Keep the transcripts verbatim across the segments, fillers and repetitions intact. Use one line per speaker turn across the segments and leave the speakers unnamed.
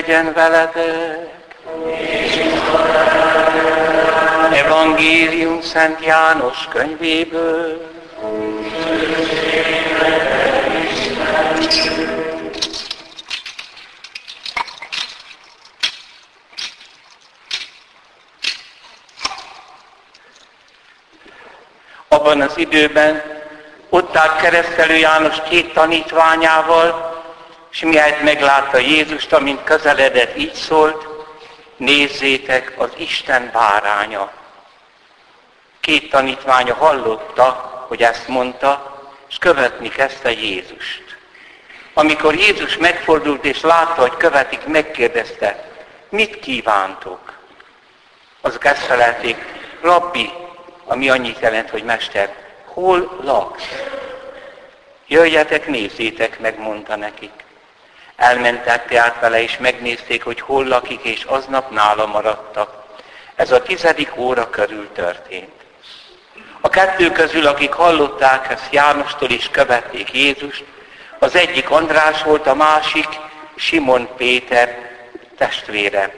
legyen veletek. Evangélium Szent János könyvéből. Abban az időben ott állt Keresztelő János két tanítványával, és mihelyt meglátta Jézust, amint közeledett, így szólt: nézzétek, az Isten báránya. Két tanítványa hallotta, hogy ezt mondta, és követni kezdte Jézust. Amikor Jézus megfordult és látta, hogy követik, megkérdezte: mit kívántok? Azok ezt felelték: Rabbi, ami annyit jelent, hogy mester, hol laksz? Jöjjetek, nézzétek meg, mondta nekik. Elmentek tehát vele, és megnézték, hogy hol lakik, és aznap nála maradtak. Ez a tizedik óra körül történt. A kettő közül, akik hallották ezt Jánostól és követték Jézust, az egyik András volt, a másik Simon Péter testvére.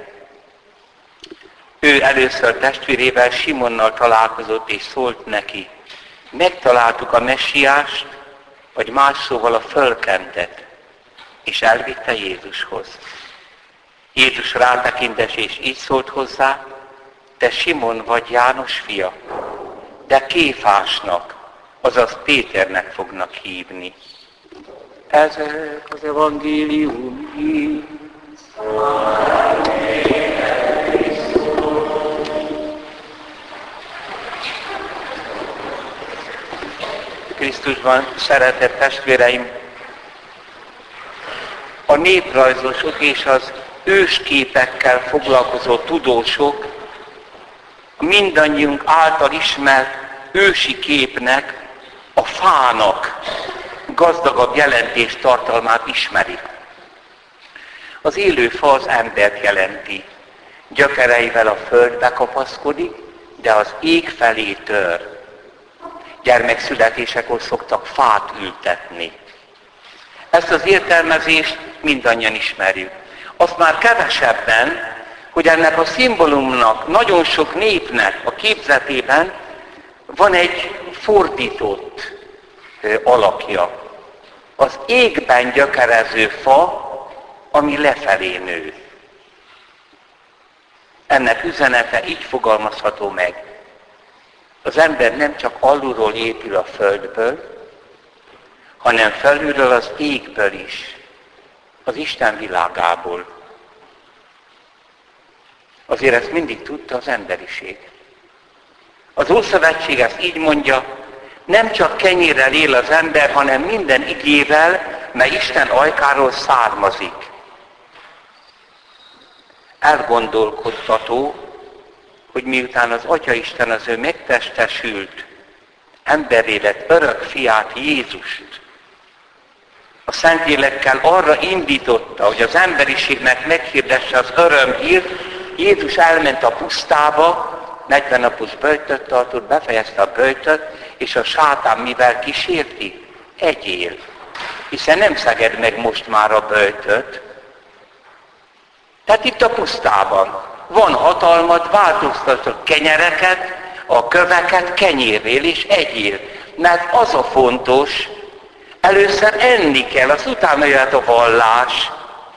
Ő először testvérével, Simonnal találkozott, és szólt neki: megtaláltuk a messiást, vagy más szóval a fölkentet, és elvitte Jézushoz. Jézus rátekintett, és így szólt hozzá: te Simon vagy, János fia, de Kéfásnak, azaz Péternek fognak hívni. Ez az evangélium hír. Krisztusban szeretett testvéreim, a néprajzosok és az ősképekkel foglalkozó tudósok mindannyiunk által ismert ősi képnek, a fának gazdagabb jelentés tartalmát ismerik. Az élő fa az embert jelenti. Gyökereivel a földbe kapaszkodik, de az ég felé tör. Gyermekszületésekor szoktak fát ültetni. Ezt az értelmezést mindannyian ismerjük. Azt már kevesebben, hogy ennek a szimbólumnak, nagyon sok népnek a képzetében van egy fordított alakja. Az égben gyökerező fa, ami lefelé nő. Ennek üzenete így fogalmazható meg. Az ember nem csak alulról épül a földből, hanem felülről az égből is, az Isten világából. Azért ezt mindig tudta az emberiség. Az Ószövetség ezt így mondja: nem csak kenyérrel él az ember, hanem minden igével, mely Isten ajkáról származik. Elgondolkodtató, hogy miután az Atyaisten az ő megtestesült, emberré lett örök fiát, Jézust, a Szentlélekkel arra indította, hogy az emberiségnek meghirdesse az örömhírt, Jézus elment a pusztába, negyven napos böjtöt tartott, befejezte a böjtöt, és a sátán mivel kísérti? Egyél. Hiszen nem szeged meg most már a böjtöt. Tehát itt a pusztában van hatalmad, változtat a kenyereket, a köveket kenyérrél és egyél. Mert az a fontos, először enni kell, az utána jöhet a vallás.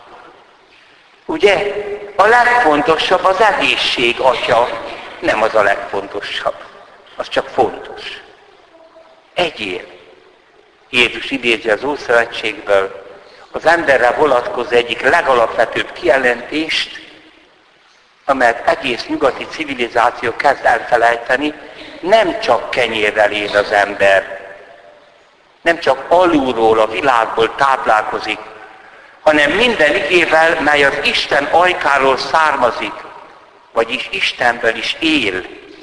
Ugye? A legfontosabb az egészség, atya. Nem az a legfontosabb. Az csak fontos. Egyél. Jézus idézi az Ószövetségből az emberre vonatkozó egyik legalapvetőbb kijelentést, amelyet egész nyugati civilizáció kezd elfelejteni, nem csak kenyérrel él az ember, nem csak alulról, a világból táplálkozik, hanem minden igével, mely az Isten ajkáról származik, vagyis Istenből is él.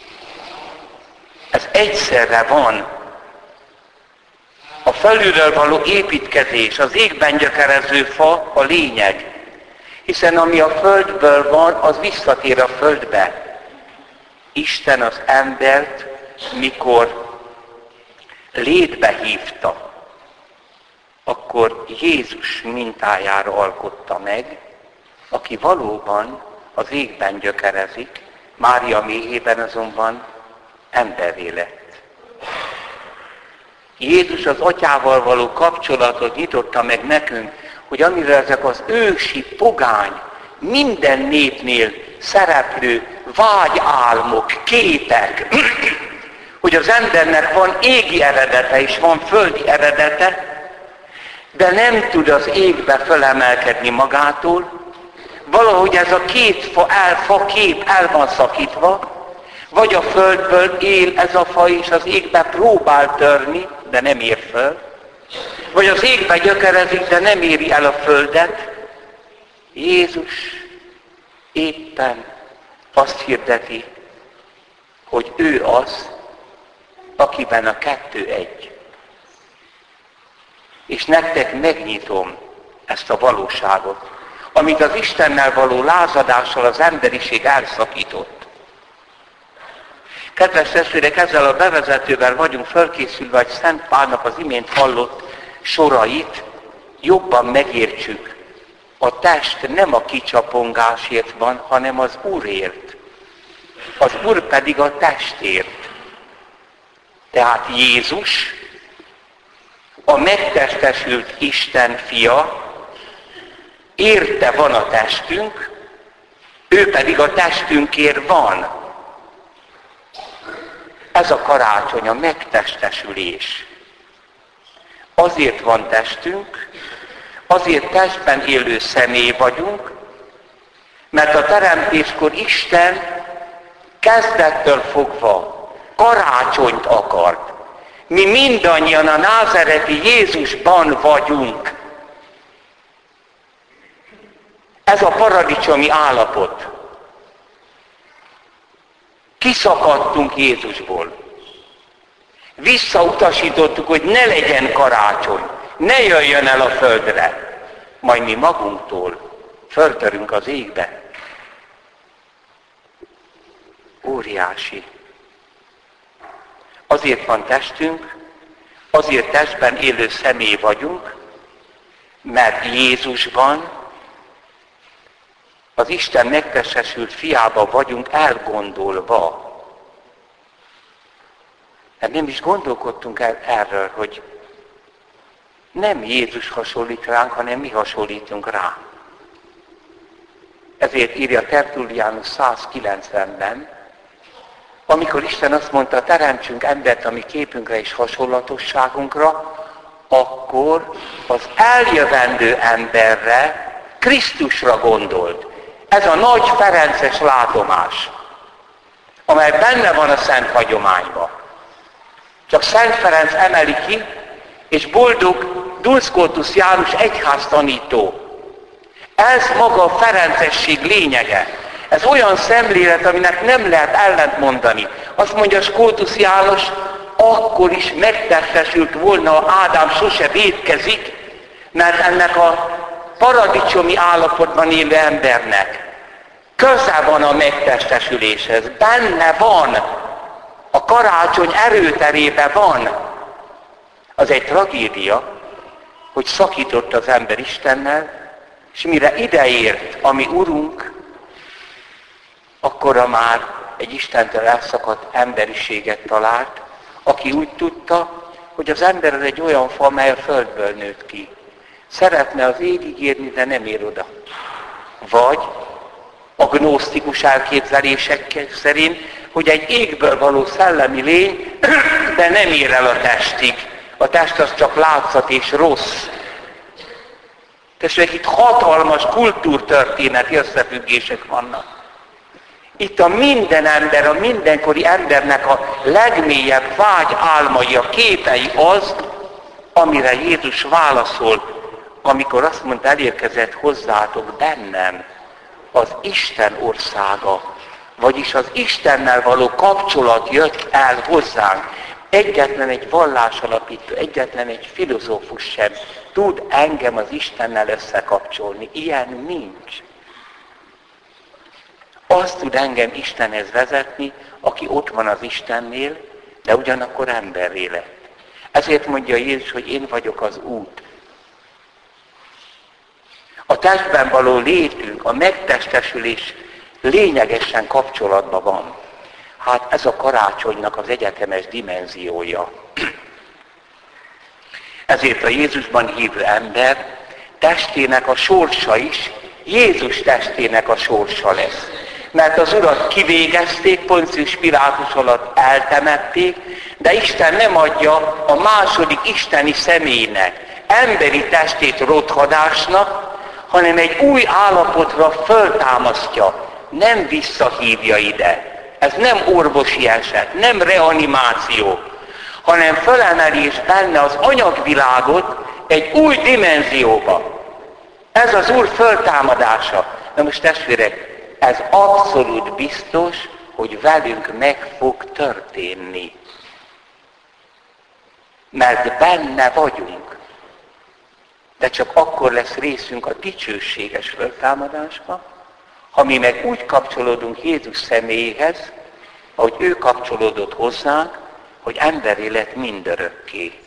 Ez egyszerre van. A felülről való építkezés, az égben gyökerező fa a lényeg. Hiszen ami a földből van, az visszatér a földbe. Isten az embert, mikor létbe hívta, akkor Jézus mintájára alkotta meg, aki valóban az égben gyökerezik, Mária méhében azonban emberré lett. Jézus az atyával való kapcsolatot nyitotta meg nekünk, hogy amire ezek az ősi pogány, minden népnél szereplő vágyálmok, képek, hogy az embernek van égi eredete és van földi eredete, de nem tud az égbe fölemelkedni magától, valahogy ez a két fa, el, fa kép el van szakítva, vagy a földből él ez a fa, és az égbe próbál törni, de nem ér föl, vagy az égbe gyökerezik, de nem éri el a földet. Jézus éppen azt hirdeti, hogy ő az, akiben a kettő egy. És nektek megnyitom ezt a valóságot, amit az Istennel való lázadással az emberiség elszakított. Kedves testvérek, ezzel a bevezetővel vagyunk fölkészülve, hogy Szent Pálnak az imént hallott sorait jobban megértsük. A test nem a kicsapongásért van, hanem az Úrért. Az Úr pedig a testért. Tehát Jézus, a megtestesült Isten fia, érte van a testünk, ő pedig a testünkért van. Ez a karácsony, a megtestesülés. Azért van testünk, azért testben élő személy vagyunk, mert a teremtéskor Isten kezdettől fogva karácsonyt akart. Mi mindannyian a názereti Jézusban vagyunk. Ez a paradicsomi állapot. Kiszakadtunk Jézusból. Visszautasítottuk, hogy ne legyen karácsony, ne jöjjön el a földre. Majd mi magunktól föltörünk az égbe. Óriási. Azért van testünk, azért testben élő személy vagyunk, mert Jézusban, az Isten megtestesült fiába vagyunk elgondolva. Mert nem is gondolkodtunk el erről, hogy nem Jézus hasonlít ránk, hanem mi hasonlítunk rá. Ezért írja Tertullianus százkilencvenben, amikor Isten azt mondta, teremtsünk embert a mi képünkre és hasonlatosságunkra, akkor az eljövendő emberre, Krisztusra gondolt. Ez a nagy ferences látomás, amely benne van a szent hagyományban. Csak Szent Ferenc emeli ki, és boldog Dulsz Scotus János egyháztanító. Ez maga a ferencesség lényege. Ez olyan szemlélet, aminek nem lehet ellentmondani. Azt mondja Scotus János, akkor is megtestesült volna, ha Ádám sose vétkezik, mert ennek a paradicsomi állapotban élő embernek köze van a megtestesüléshez. Benne van, a karácsony erőterében van. Az egy tragédia, hogy szakított az ember Istennel, és mire ideért a mi Urunk, akkora már egy Istentől elszakadt emberiséget talált, aki úgy tudta, hogy az ember az egy olyan fa, mely a földből nőtt ki. Szeretne az égig érni, de nem ér oda. Vagy a gnósztikus elképzelések szerint, hogy egy égből való szellemi lény, de nem ér el a testig. A test az csak látszat és rossz. Tessék, itt hatalmas kultúrtörténeti összefüggések vannak. Itt a minden ember, a mindenkori embernek a legmélyebb vágy álmai, a képei az, amire Jézus válaszol, amikor azt mondta, elérkezett hozzátok bennem az Isten országa, vagyis az Istennel való kapcsolat jött el hozzánk. Egyetlen egy vallásalapító, egyetlen egy filozófus sem tud engem az Istennel összekapcsolni. Ilyen nincs. Azt tud engem Istenhez vezetni, aki ott van az Istennél, de ugyanakkor emberré lett. Ezért mondja Jézus, hogy én vagyok az út. A testben való létünk, a megtestesülés lényegesen kapcsolatban van. Hát ez a karácsonynak az egyetemes dimenziója. Ezért a Jézusban hívő ember testének a sorsa is Jézus testének a sorsa lesz. Mert az Urat kivégezték, Poncius Pilátus alatt eltemették, de Isten nem adja a második isteni személynek emberi testét rothadásnak, hanem egy új állapotra föltámasztja, nem visszahívja ide. Ez nem orvosi eset, nem reanimáció, hanem fölemeli is benne az anyagvilágot egy új dimenzióba. Ez az Úr föltámadása. Na most testvérek, ez abszolút biztos, hogy velünk meg fog történni. Mert benne vagyunk. De csak akkor lesz részünk a dicsőséges föltámadásba, ha mi meg úgy kapcsolódunk Jézus személyéhez, ahogy ő kapcsolódott hozzánk, hogy emberi lett mindörökké.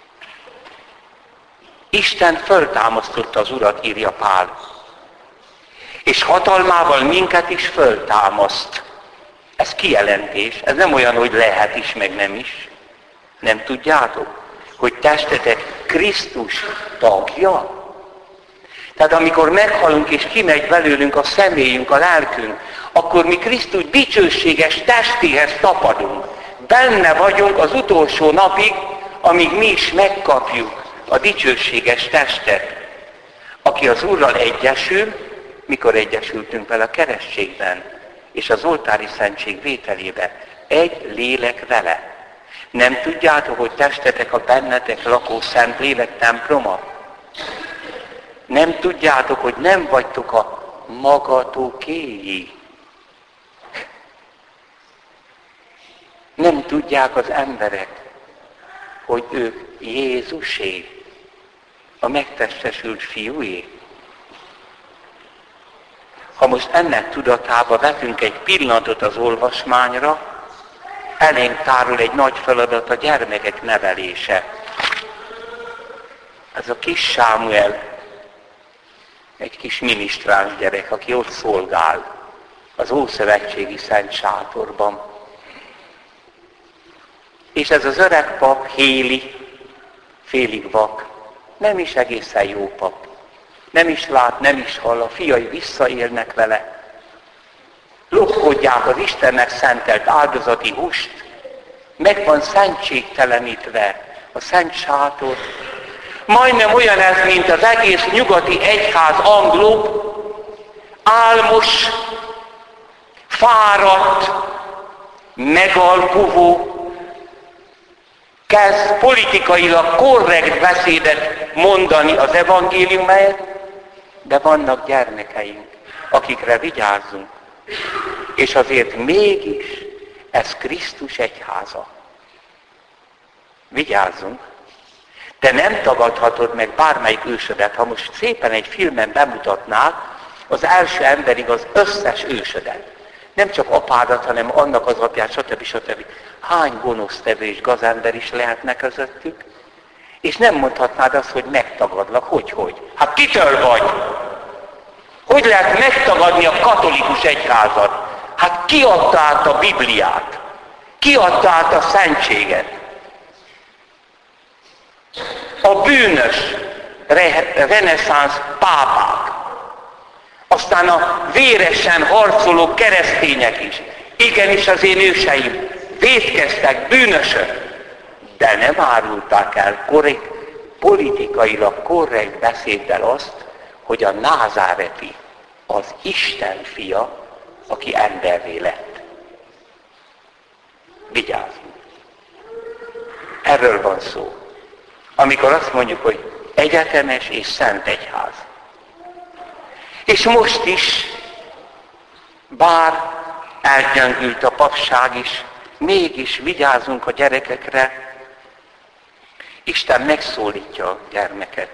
Isten föltámasztotta az Urat, írja Pál. És hatalmával minket is föltámaszt. Ez kijelentés, ez nem olyan, hogy lehet is, meg nem is. Nem tudjátok, hogy testetek Krisztus tagja? Tehát amikor meghalunk és kimegy belőlünk a személyünk, a lelkünk, akkor mi Krisztus dicsőséges testéhez tapadunk. Benne vagyunk az utolsó napig, amíg mi is megkapjuk a dicsőséges testet. Aki az Úrral egyesül, mikor egyesültünk vele a keresztségben, és az oltári szentség vételében, egy lélek vele. Nem tudjátok, hogy testetek a bennetek lakó szent lélek temploma? Nem tudjátok, hogy nem vagytok a magatokéi? Nem tudják az emberek, hogy ők Jézusé, a megtestesült fiúé? Ha most ennek tudatába vetünk egy pillanatot az olvasmányra, elénk tárul egy nagy feladat, a gyermekek nevelése. Ez a kis Sámuel, egy kis minisztráns gyerek, aki ott szolgál az Ószövetségi Szent Sátorban. És ez az öreg pap, Héli, félig vak, nem is egészen jó pap. Nem is lát, nem is hall, a fiai visszaélnek vele. Lopkodják az Istennek szentelt áldozati húst, meg van szentségtelenítve a Szent Sátor. Majdnem olyan ez, mint az egész nyugati egyház angló, álmos, fáradt, megalkuvó, kezd politikailag korrekt beszédet mondani az evangélium helyett, de vannak gyermekeink, akikre vigyázzunk. És azért mégis ez Krisztus egyháza. Vigyázzunk! Te nem tagadhatod meg bármelyik ősödet, ha most szépen egy filmen bemutatnák az első emberig az összes ősödet. Nem csak apádat, hanem annak az apját, stb. stb. Hány gonosztevő és gazember is lehetne közöttük? És nem mondhatnád azt, hogy megtagadlak. Hogy, hogy? Hát kitől vagy? Hogy lehet megtagadni a katolikus egyházat? Hát ki adta át a Bibliát? Ki adta át a szentséget? A bűnös re- reneszánsz pápák, aztán a véresen harcoló keresztények is. Igenis az én őseim vétkeztek, bűnösök, de nem árulták el korrekt, politikailag korrekt beszéddel azt, hogy a názáreti az Isten fia, aki emberré lett. Vigyázzunk! Erről van szó. Amikor azt mondjuk, hogy egyetemes és szent egyház. És most is, bár elgyengült a papság is, mégis vigyázzunk a gyerekekre. Isten megszólítja a gyermeket.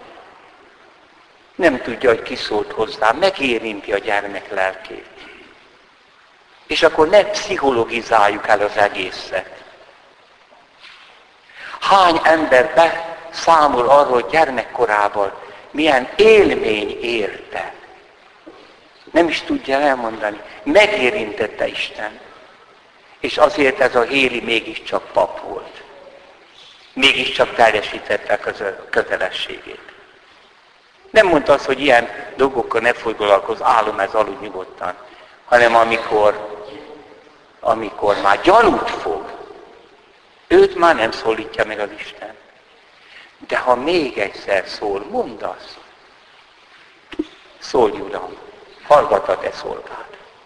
Nem tudja, hogy ki szólt hozzá, megérinti a gyermek lelkét. És akkor ne pszichologizáljuk el az egészet. Hány ember beszámol arról, hogy gyermekkorában milyen élmény érte. Nem is tudja elmondani. Megérintette Isten. És azért ez a Héli mégiscsak pap volt. Mégiscsak teljesítette a kötelességét. Nem mondta azt, hogy ilyen dolgokkal ne foglalkozz, állom ez aludj nyugodtan, hanem amikor, amikor már gyanút fog, őt már nem szólítja meg az Isten. De ha még egyszer szól, mondd azt. Szólj, Uram, hallgat a te szolgád.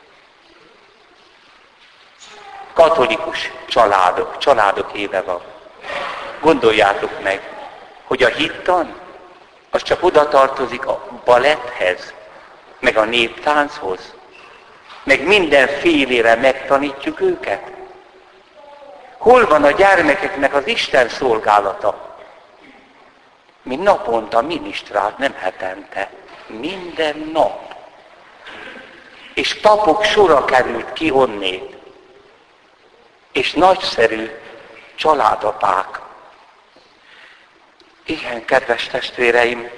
Katolikus családok, családok éve van. Gondoljátok meg, hogy a hittan, az csak oda tartozik a baletthez, meg a néptánchoz, meg mindenfélére megtanítjuk őket. Hol van a gyermekeknek az Isten szolgálata? Mi naponta minisztrált, nem hetente, minden nap. És papok sora került ki onnét. És nagyszerű családapák. Igen, kedves testvéreim,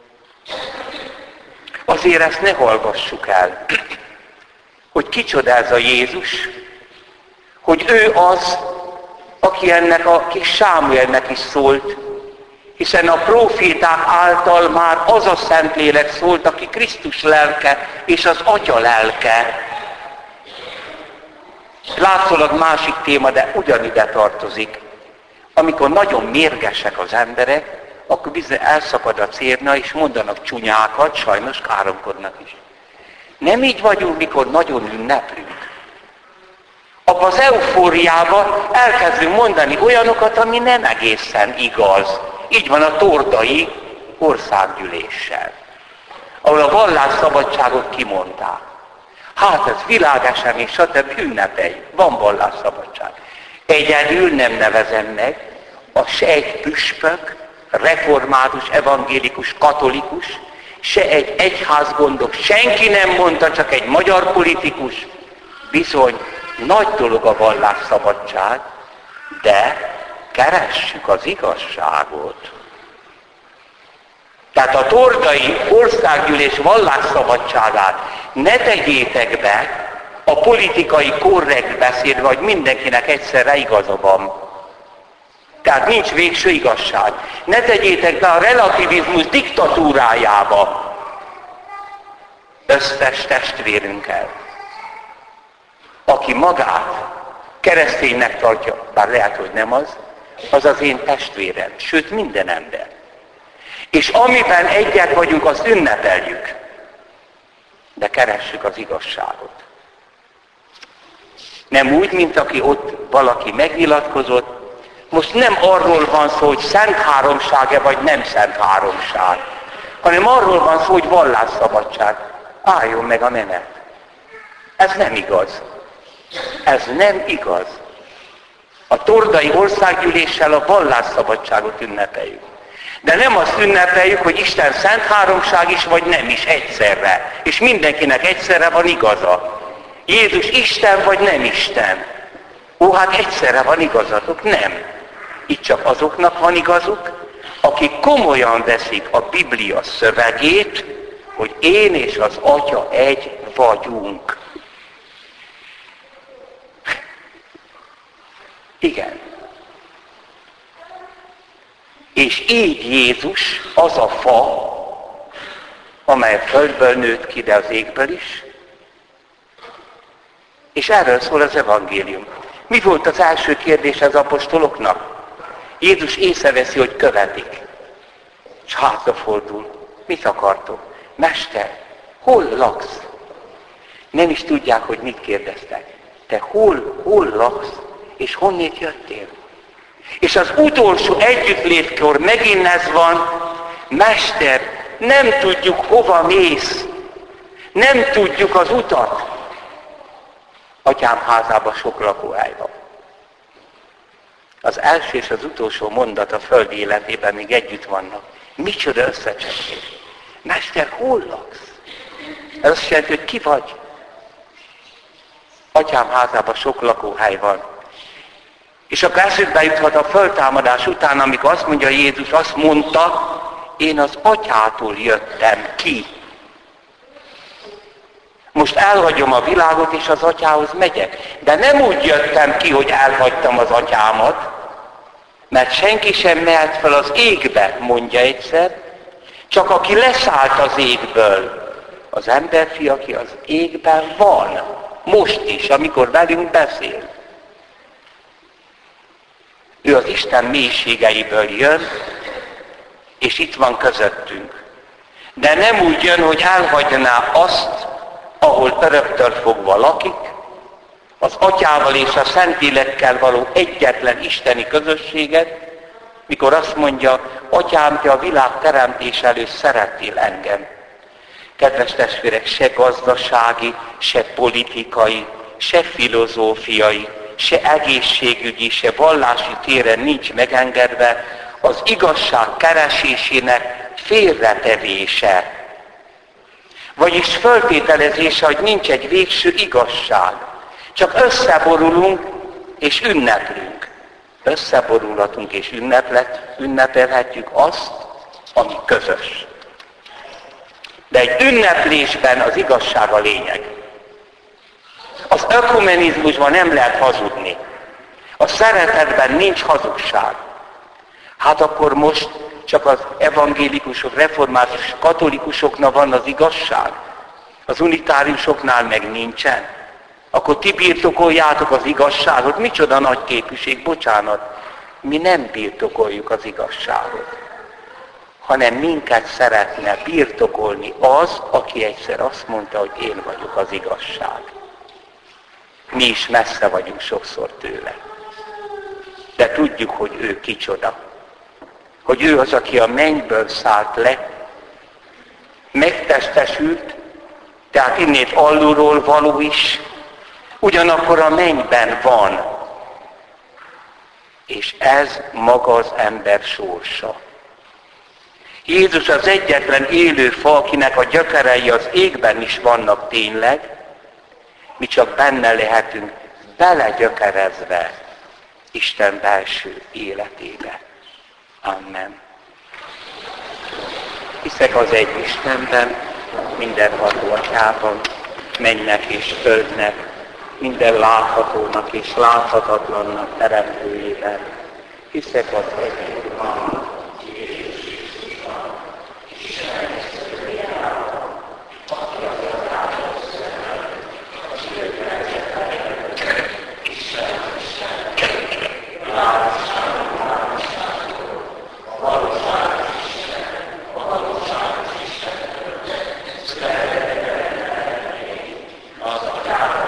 azért ezt ne hallgassuk el, hogy kicsoda ez a Jézus, hogy ő az, aki ennek a kis Sámuelnek is szólt, hiszen a próféták által már az a Szentlélek szólt, aki Krisztus lelke és az Atya lelke. Látszólag másik téma, de ugyanide tartozik. Amikor nagyon mérgesek az emberek, akkor bizony elszakad a cérna, és mondanak csúnyákat, sajnos káromkodnak is. Nem így vagyunk, mikor nagyon ünneplünk. Abban az eufóriában elkezdünk mondani olyanokat, ami nem egészen igaz. Így van a tordai országgyűléssel, ahol a vallásszabadságot kimondták. Hát ez világesemé, stb. Ünnepelj, van vallásszabadság. Egyedül nem nevezem meg a se egy püspök, református, evangélikus, katolikus, se egy egyházgondok, senki nem mondta, csak egy magyar politikus. Bizony, nagy dolog a vallásszabadság, de keressük az igazságot. Tehát a tordai országgyűlés vallásszabadságát ne tegyétek be a politikai korrekt beszédbe, hogy mindenkinek egyszerre igaza van. Tehát nincs végső igazság. Ne tegyétek be a relativizmus diktatúrájába összes testvérünkkel, aki magát kereszténynek tartja, bár lehet, hogy nem az, az az én testvérem, sőt minden ember. És amiben egyek vagyunk, azt ünnepeljük, de keressük az igazságot. Nem úgy, mint aki ott valaki megnyilatkozott, most nem arról van szó, hogy szent háromság-e vagy nem szent háromság, hanem arról van szó, hogy vallásszabadság. Álljon meg a menet. Ez nem igaz. Ez nem igaz. A tordai országgyűléssel a vallásszabadságot ünnepeljük. De nem azt ünnepeljük, hogy Isten szent háromság is, vagy nem is egyszerre. És mindenkinek egyszerre van igaza. Jézus Isten, vagy nem Isten. Ó, hát egyszerre van igazatok. Nem. Itt csak azoknak van igazuk, akik komolyan veszik a Biblia szövegét, hogy én és az Atya egy vagyunk. Igen. És így Jézus az a fa, amely a földből nőtt ki, de az égből is. És erről szól az evangélium. Mi volt az első kérdés az apostoloknak? Jézus észreveszi, hogy követik. És hátrafordul. Mit akartok? Mester, hol laksz? Nem is tudják, hogy mit kérdeztek. Te hol, hol laksz? És honnét jöttél? És az utolsó együttlétkor megint ez van, Mester, nem tudjuk, hova mész. Nem tudjuk az utat. Atyám házában sok lakóhely van. Az első és az utolsó mondat a földi életében még együtt vannak. Micsoda összecsengés. Mester, hol laksz? Ez azt jelenti, hogy ki vagy? Atyám házában sok lakóhely van. És akkor eszükbe juthat a föltámadás után, amikor azt mondja Jézus, azt mondta, én az atyától jöttem ki. Most elhagyom a világot, és az atyához megyek. De nem úgy jöttem ki, hogy elhagytam az atyámat, mert senki sem mehet fel az égbe, mondja egyszer, csak aki leszállt az égből, az emberfi, aki az égben van, most is, amikor velünk beszél. Ő az Isten mélységeiből jön, és itt van közöttünk. De nem úgy jön, hogy elhagyná azt, ahol öröktől fogva lakik, az atyával és a Szentlélekkel való egyetlen isteni közösséget, mikor azt mondja, atyám, te a világ teremtés előtt szerettél engem. Kedves testvérek, se gazdasági, se politikai, se filozófiai, se egészségügyi, se vallási téren nincs megengedve az igazság keresésének félretevése. Vagyis föltételezése, hogy nincs egy végső igazság. Csak összeborulunk és ünneplünk. Összeborulhatunk és ünneplet, ünnepelhetjük azt, ami közös. De egy ünneplésben az igazság a lényeg. Az ökumenizmusban nem lehet hazudni. A szeretetben nincs hazugság. Hát akkor most csak az evangélikusok, református, katolikusoknak van az igazság. Az unitáriusoknál meg nincsen. Akkor ti birtokoljátok az igazságot. Micsoda nagy képűség, bocsánat. Mi nem birtokoljuk az igazságot, hanem minket szeretne birtokolni az, aki egyszer azt mondta, hogy én vagyok az igazság. Mi is messze vagyunk sokszor tőle. De tudjuk, hogy ő kicsoda. Hogy ő az, aki a mennyből szállt le, megtestesült, tehát innét alulról való is, ugyanakkor a mennyben van. És ez maga az ember sorsa. Jézus az egyetlen élő fa, akinek a gyökerei az égben is vannak tényleg, mi csak benne lehetünk belegyökerezve Isten belső életébe. Amen. Hiszek az egy Istenben, mindenható Atyában, mennynek és földnek, minden láthatónak és láthatatlannak teremtőjében. Hiszek az egy Urban, Jézus Krisztusban, Isten Krisztusban, aki az Atyától szeret, az őket Isten Isten, látszánk, látszánk, a valóság Isten, a valóság Isten, az Atyától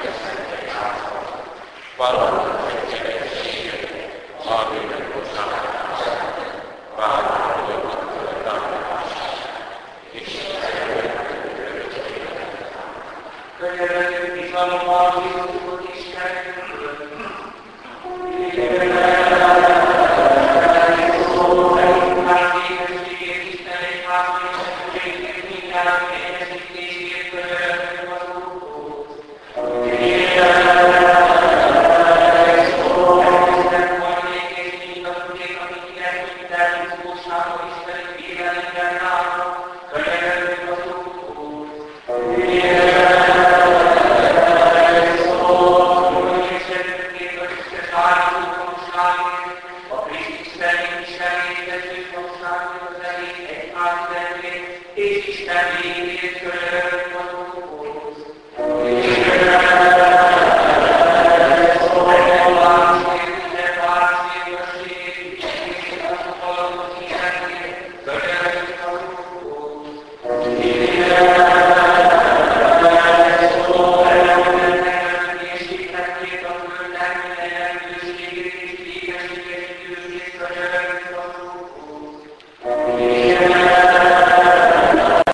valóban egy gyerekséget, a bűnök bocsánat.